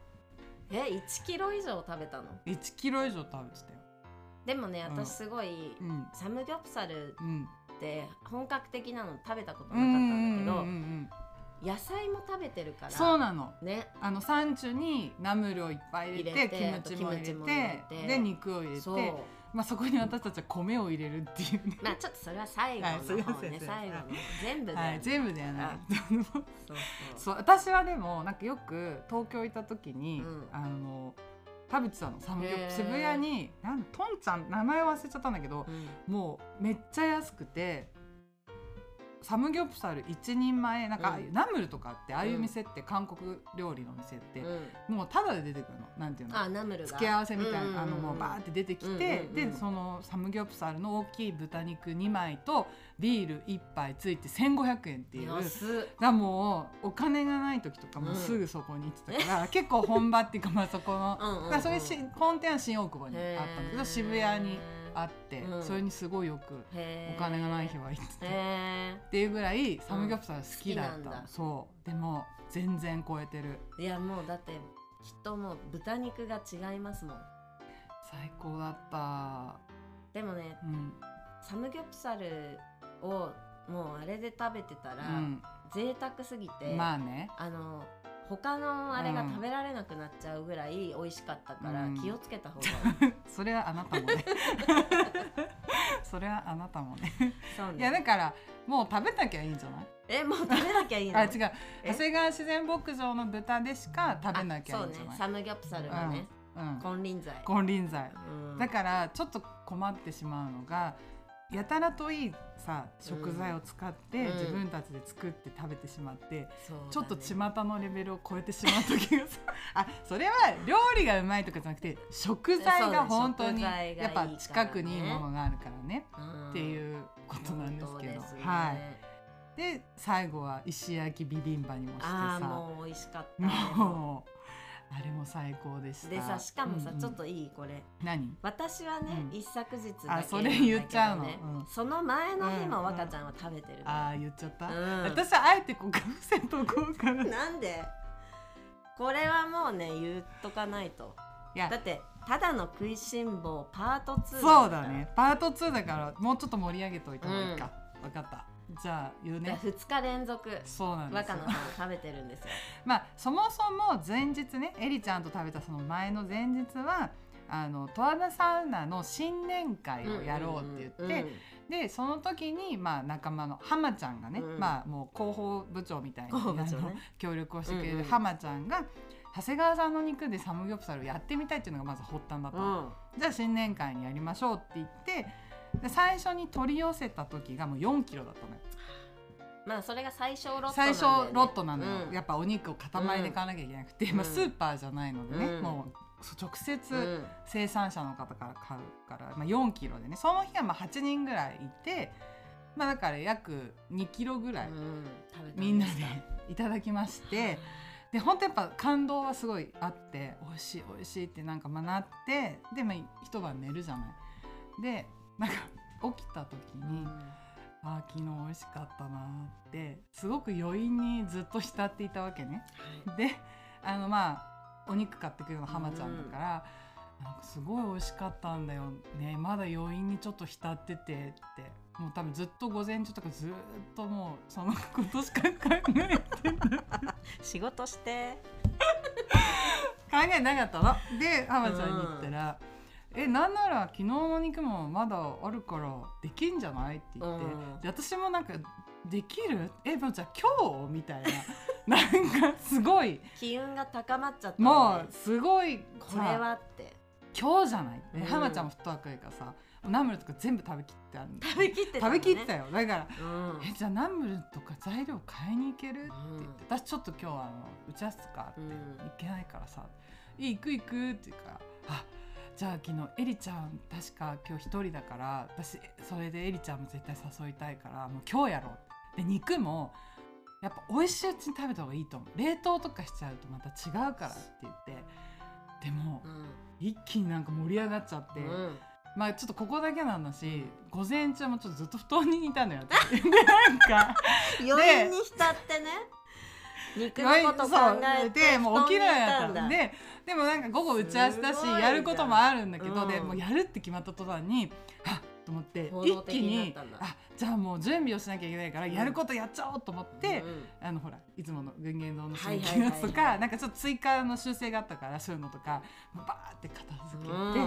1キロ以上食べたの ？1キロ以上食べてたよ。 でもね私すごい、サムギョプサルって本格的なの食べたことなかったんだけど、野菜も食べてるからそうなのね。 サンチュにナムルをいっぱい入れてキムチも入れてで肉を入れてまあそこに私たちは米を入れるっていうね。 まあちょっとそれは最後の方ね、最後の全部で、 はい、全部ではない。 そう私はでもなんかよく東京行った時に、食べてたの、サムギョプサル。渋谷にトンちゃん、名前忘れちゃったんだけど、もうめっちゃ安くてサムギョプサル1人前なんか、ナムルとかってああいう店って韓国料理の店って、もうタダで出てくるの、なんていうの、 ナムルが付け合わせみたいな、もうバーって出てきて、でそのサムギョプサルの大きい豚肉2枚とビール1杯ついて1500円っていう、だもうお金がない時とかもすぐそこに行ってたから、結構本場っていうか、まあそこのそういう本店は新大久保にあったんだけど、渋谷にあって、それにすごいよくお金がない日は行っててっていうぐらいサムギョプサル好きだった。そうでも全然超えてる。 いやもうだってきっともう豚肉が違いますもん。 最高だった。 でもね、サムギョプサルをもうあれで食べてたら、贅沢すぎて、 まあね、 他のあれが食べられなくなっちゃうぐらい美味しかったから気をつけた方がいい。 それはあなたもね。それはあなたもね。 そうね。 いやだからもう食べなきゃいいんじゃない？ もう食べなきゃいいの？ あ、違う。長谷川自然牧場の豚でしか食べなきゃいいんじゃない？ そうね。サムギョプサルはね、金輪際。 金輪際。だからちょっと困ってしまうのが、やたらといいさ食材を使って自分たちで作って食べてしまって、ちょっと巷のレベルを超えてしまう時がそれは料理がうまいとかじゃなくて、食材が本当にやっぱ近くにいいものがあるからねっていうことなんですけど、はい。で最後は石焼きビビンバにもしてさ、 もう美味しかった。 もうあれも最高でした。 でさ、しかもさ、ちょっといいこれ。 何？ 私はね、一昨日だけなんだけどね。 それ言っちゃうの。 その前の日も若ちゃんは食べてる。 言っちゃった。私はあえてこう伏せとこうかな。 なんで？これはもうね言っとかないと。だってただの食いしん坊パート2。 そうだね。パート2だからもうちょっと盛り上げといた方がいいか。分かった。じゃあ言うね。 2日連続そうなんですよ、 若菜さん食べてるんですよ。 まあそもそも前日ね、エリちゃんと食べたその前の前日は十和田サウナの新年会をやろうって言って、でその時にまあ仲間の浜ちゃんがね、まあもう広報部長みたいに、協力をしてくれる浜ちゃんが、長谷川さんの肉でサムギョプサルをやってみたいっていうのがまず発端だったの、じゃあ新年会にやりましょうって言って、で最初に取り寄せた時がもう4キロだったのよ。 まあそれが最小ロットなんだよね。 最小ロットなのよ、やっぱお肉を塊で買わなきゃいけなくて、スーパーじゃないのでね、もう直接生産者の方から買うから、4キロでね、その日は8人ぐらいいて、だから約2キロぐらいみんなでいただきまして、で本当やっぱ感動はすごいあって、美味しい美味しいってなんかなって、で一晩寝るじゃない。でなんか起きた時に、昨日美味しかったなってすごく余韻にずっと浸っていたわけね。でお肉買ってくるの浜ちゃんだから、なんかすごい美味しかったんだよね、まだ余韻にちょっと浸っててって、もう多分ずっと午前中とかずっともうそのことしか考えてない仕事して考えなかったので、浜ちゃんに言ったら、なんなら昨日の肉もまだあるからできんじゃないって言って、で私もなんかできる？もうじゃあ今日みたいななんかすごい機運が高まっちゃった、 もうすごいこれはって今日じゃない、浜ちゃんもフットワークいいからさ、ナムルとか全部食べきってある、 食べきってた、 食べきったよ。だから、じゃあナムルとか材料買いに行けるって言って、私ちょっと今日打ち合わせとかって行けないからさ、行くって言うから、じゃあ昨日エリちゃん確か今日一人だから、私それでエリちゃんも絶対誘いたいからもう今日やろう。で肉もやっぱ美味しいうちに食べた方がいいと思う、冷凍とかしちゃうとまた違うからって言って、でも、一気になんか盛り上がっちゃって、ちょっとここだけなんだし、午前中もちょっとずっと布団にいたのよ。でなんか余韻に浸ってね、肉のこと考えてもう起きないやったんで、でもなんか午後打ち合わせだしやることもあるんだけど、でもうやるって決まった途端にと思って、一気にじゃあもう準備をしなきゃいけないからやることやっちゃおうと思って、ほらいつもの群言堂の新規のやつとか、なんかちょっと追加の修正があったからそういうのとかバーって片付けて、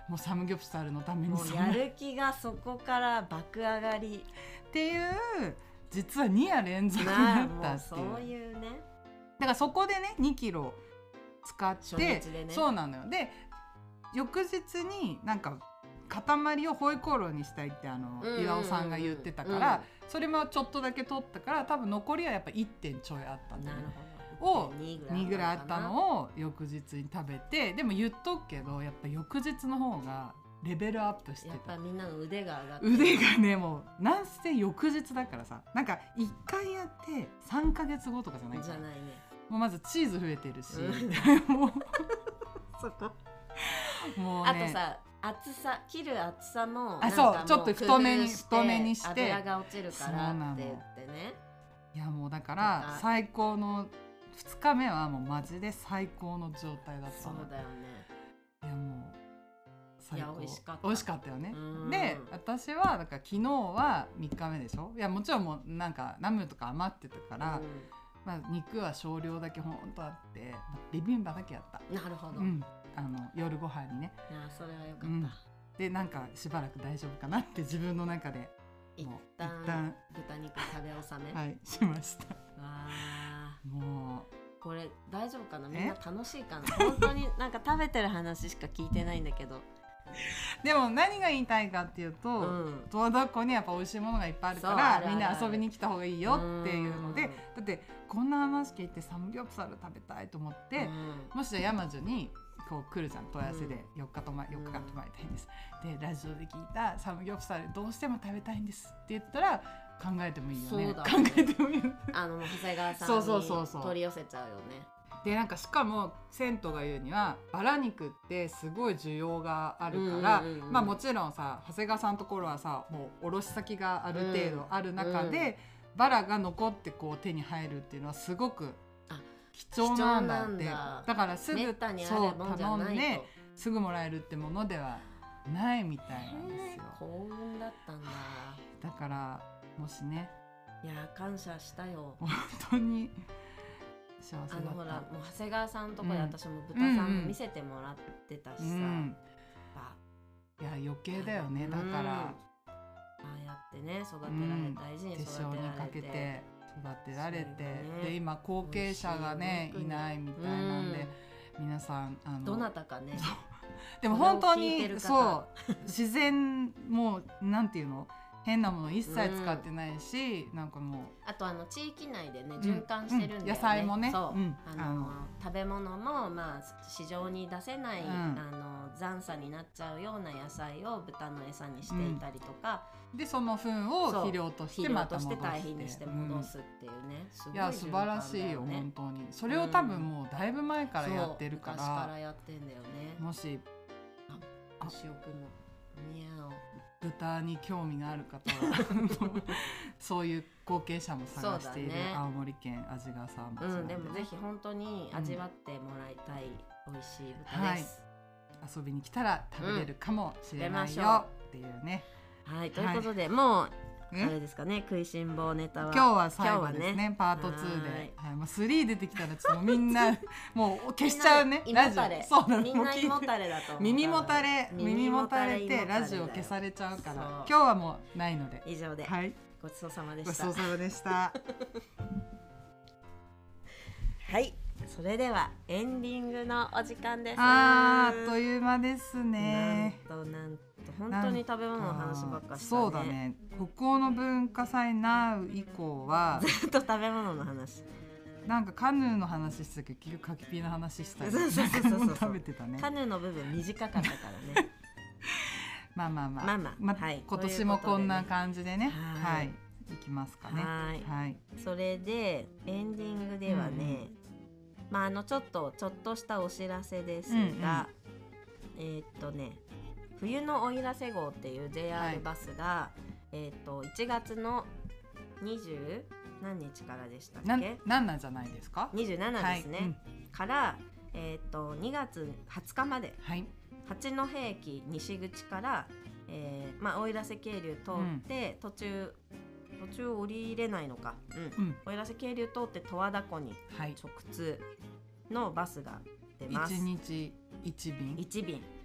もうサムギョプサルのためにもうやる気がそこから爆上がりっていう実は2夜連続だったっていう。 そういうね。 だからそこでね2キロ使って、 初日でね、 そうなのよ。で翌日になんか塊をホイコーローにしたいって岩尾さんが言ってたから、それもちょっとだけ取ったから多分残りはやっぱ 1. 点ちょいあったんだよね。を2ぐらいあったのを翌日に食べて、でも言っとくけどやっぱ翌日の方がレベルアップしてた。 やっぱみんなの腕が上がって、 腕がねもうなんせ翌日だからさ、なんか1回やって3ヶ月後とかじゃないから、 じゃないね。 もうまずチーズ増えてるし、もうそこもうね、 あとさ厚さ切る厚さもそうちょっと太めにして油が落ちるからって言ってね。 いやもうだから最高の2日目はもうマジで最高の状態だったの。 そうだよね。 いやもう最高。 いや美味しかった。 美味しかったよね。で私はだから昨日は3日目でしょ。いやもちろんもうなんかナムとか余ってたから、まあ、肉は少量だけほんとあって、ビビンバだけやった。 なるほど、 夜ご飯にね。 いやそれはよかった、 でなんかしばらく大丈夫かなって自分の中で一旦豚肉食べ納めはいしました。 わもうこれ大丈夫かな、みんな楽しいかな。本当になんか食べてる話しか聞いてないんだけどでも何が言いたいかっていうと、十和田湖にやっぱ美味しいものがいっぱいあるからみんな遊びに来た方がいいよっていうので、だってこんな話聞いてサムギョプサル食べたいと思って、もしじゃあ山女にこう来るじゃん、問い合わせで4日間泊まりたいんです、でラジオで聞いたサムギョプサルどうしても食べたいんですって言ったら考えてもいいよね。考えてもいいよね。 もう長谷川さんに取り寄せちゃうよね。 でなんかしかも銭湯が言うにはバラ肉ってすごい需要があるから、まあもちろんさ長谷川さんのところはさもう卸先がある程度ある中で、バラが残ってこう手に入るっていうのはすごく貴重なんだって。だからすぐ頼んですぐもらえるってものではないみたいなんですよ。 幸運だったんだ。 だからもしね、 いや感謝したよ本当に幸せだった。 ほらもう長谷川さんのとこで私も豚さん見せてもらってたしさ、いや余計だよね。だからああやってね育てられ、大事に育てられて育てられて、で今後継者がねいないみたいなんで、皆さんどなたかねでも本当にそう自然もうなんていうの変なもの一切使ってないし、なんかもうあと地域内でね循環してるんだよね、 野菜もね、 そう食べ物もまあ市場に出せない、残差になっちゃうような野菜を豚の餌にしていたりとか、 でその糞を肥料としてまた戻して堆肥にして戻すっていうね、すごいいや素晴らしいよ本当に。それを多分もうだいぶ前からやってるから、 昔からやってんだよね。 もし牛尾くんの似合う豚に興味がある方はそういう後継者も探している青森県鰺ヶ沢町なんで、 でもぜひ本当に味わってもらいたい美味しい豚です、 遊びに来たら食べれるかもしれないよっていうね。 はい、ということでもうあれですかね、食いしん坊ネタは今日は最後ですね、パート2で、もう3出てきたらちょっとみんなもう消しちゃうね、ラジオ。 そうなの、みんな胃もたれだと思う。 耳もたれてラジオ消されちゃうから、今日はもうないので以上で、ごちそうさまでした。 ごちそうさまでしたはい、それではエンディングのお時間です。 あっという間ですね。 なんと本当に食べ物の話ばっかしたね。 そうだね。北欧の文化祭 NOW 以降はずっと食べ物の話。 なんかカヌーの話したけど結局カキピーの話したり、 そう食べてたね。 カヌーの部分短かったからね。 まあ、今年もこんな感じでね、はい、いきますかね。はい。 それでエンディングではね、ちょっとしたお知らせですが、冬の奥入瀬号っていう JR バスが、1月の20何日からでしたっけ ？7じゃないですか ？27ですね、から、2月20日まで、八戸駅西口から、奥入瀬渓流通って、途中降りれないのか、奥入瀬渓流通って十和田湖に直通のバスが出ます。 1日1便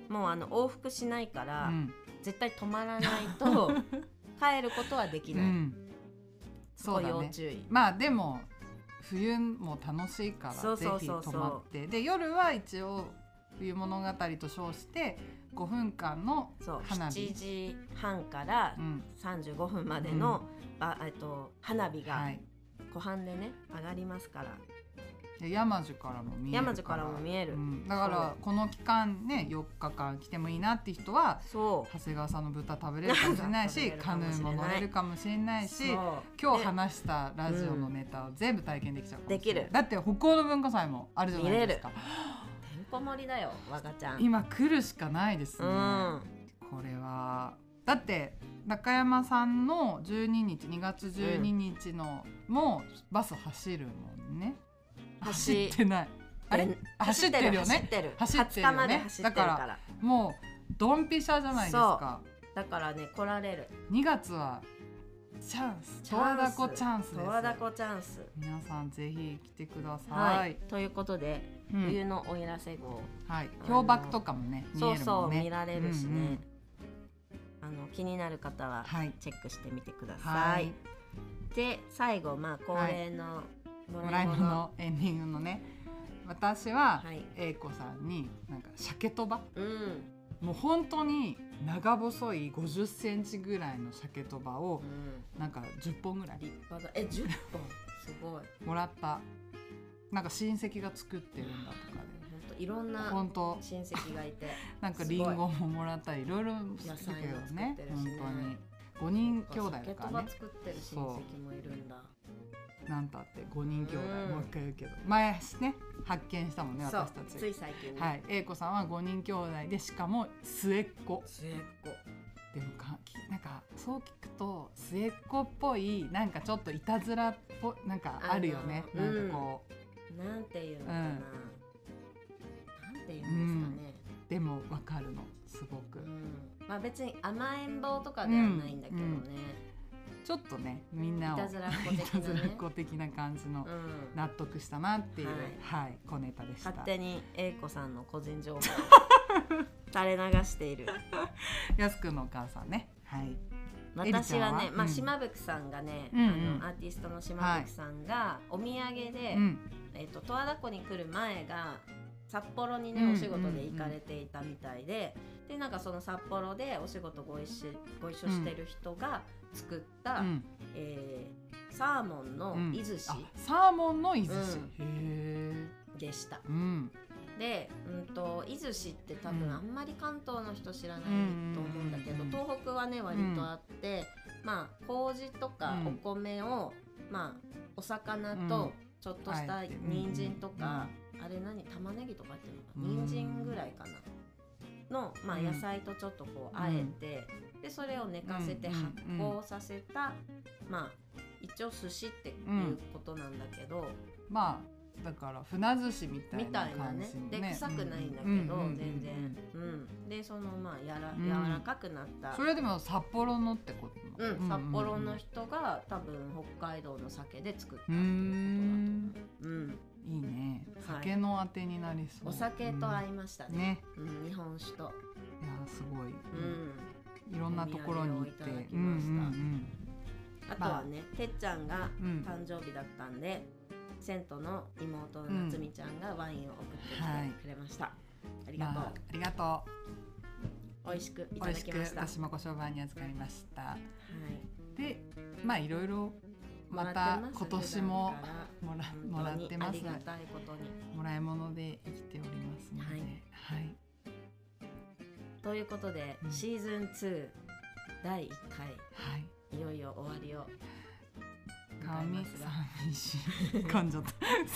もう往復しないから、絶対止まらないと帰ることはできない、 そうだね、 要注意。 まあでも冬も楽しいからぜひ泊まって、で夜は一応冬物語と称して5分間の花火、 7時半から35分までの、花火が湖畔でね上がりますから。 山樹からも見えるから、 山樹からも見える、 だからこの期間ね4日間来てもいいなって人は長谷川さんの豚食べれるかもしれないしカヌーも乗れるかもしれないし、今日話したラジオのネタを全部体験できちゃうかもしれない。できる。だって北欧の文化祭もあるじゃないですか。 てんこ盛りだよ我がちゃん。 今来るしかないですね、これは。だって中山さんの12日2月12日のもバス走るもんね。走ってない。あれ走ってるよね。走ってるよね。だからもうドンピシャじゃないですか。 だからね来られる。 2月はチャンス。十和田湖チャンスです。 十和田湖チャンス。 皆さんぜひ来てください。 ということで冬のおいらせ号。 氷瀑とかもね見えるもんね。 そう見られるしね。気になる方はチェックしてみてください。で最後恒例のもらい物エンディングのね、私は英子さんになんか鮭とば、もう本当に長細い50センチぐらいの鮭とばをなんか10本ぐらい立派だ。10本すごいもらった。なんか親戚が作ってるんだとかで、 いろんな親戚がいてなんかリンゴももらったりいろいろ野菜も作ってるしね、本当に5人兄弟だからね。 鮭とば作ってる親戚もいるんだ。 なんたって5人兄弟、もう一回言うけど前ね発見したもんね、私たちつい最近ね。英子さんは5人兄弟で、しかも末っ子でもなんかそう聞くと末っ子っぽい、なんかちょっといたずらっぽなんかあるよね。なんかこうなんていうのかな、なんていうんですかね。 でも分かるのすごく、 まあ別に甘えん坊とかではないんだけどね、 ちょっとねみんなをいたずらっ子的な感じの納得したなっていう小ネタでした。 勝手に英子さんの個人情報を垂れ流しているやすくんのお母さんね。 私はね、島吹さんがね、アーティストの島吹さんがお土産で十和田湖に来る前が札幌にねお仕事で行かれていたみたいで、でなんかその札幌でお仕事ご一緒してる人が作った、サーモンのいずし、 サーモンのいずし、 でした。で、いずしって多分あんまり関東の人知らないと思うんだけど、東北はね割とあって、麹とかお米を、お魚とちょっとした人参とか、あれ玉ねぎとかっていうのか、人参ぐらいかなの、野菜とちょっとこうあえて、でそれを寝かせて発酵させた、一応寿司っていうことなんだけど、 だから船寿司みたいな感じね。で臭くないんだけど全然、でその柔らかくなった、 それでも札幌のってこと？ 札幌の人が多分北海道の酒で作ったっていうことだと思う。 いいね。酒のあてになりそう。 お酒と合いましたね。日本酒と。いやすごい。いろんなところに行って。 あとはね、てっちゃんが誕生日だったんで、セントの妹のなつみちゃんがワインを送ってきてくれました。ありがとう。 ありがとう。美味しくいただきました。 私もご商売に預かりました。で、いろいろまた今年ももらってます。ありがたいことにもらい物で生きておりますので。 ということで、シーズン2第1回、いよいよ終わりを。 寂しい感情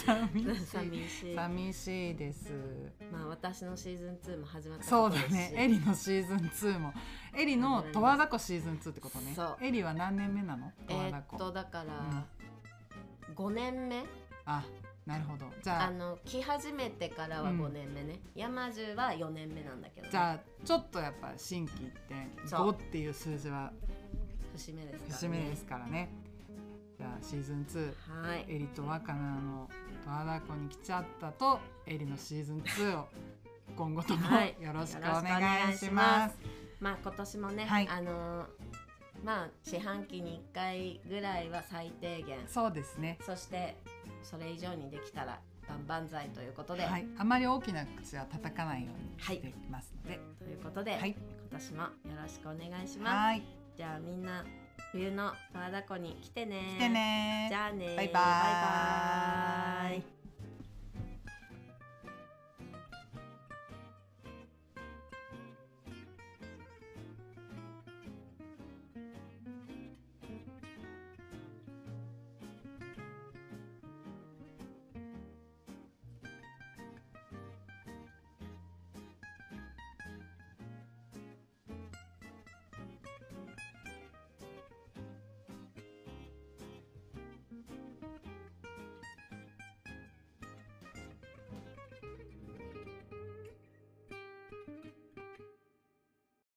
寂しいです。 私のシーズン2も始まったそうだね。エリのシーズン2もエリの十和田湖シーズン2ってことね。エリは何年目なの？ だから5年目。 なるほど。じゃあ来始めてからは5年目ね。山中は4年目なんだけど、 じゃあちょっとやっぱ心機一転5っていう数字は節目ですからね。じゃあシーズン2、エリと若菜の十和田湖に来ちゃったとエリのシーズン2を今後ともよろしくお願いします。 まあ今年もね、まあ四半期に1回ぐらいは最低限、 そうですね。 そしてそれ以上にできたら万々歳ということで、 あまり大きな口は叩かないようにしていきますので、 ということで、今年もよろしくお願いします。じゃあみんな冬の十和田湖に来てね。 来てね。 じゃあね。 バイバイ。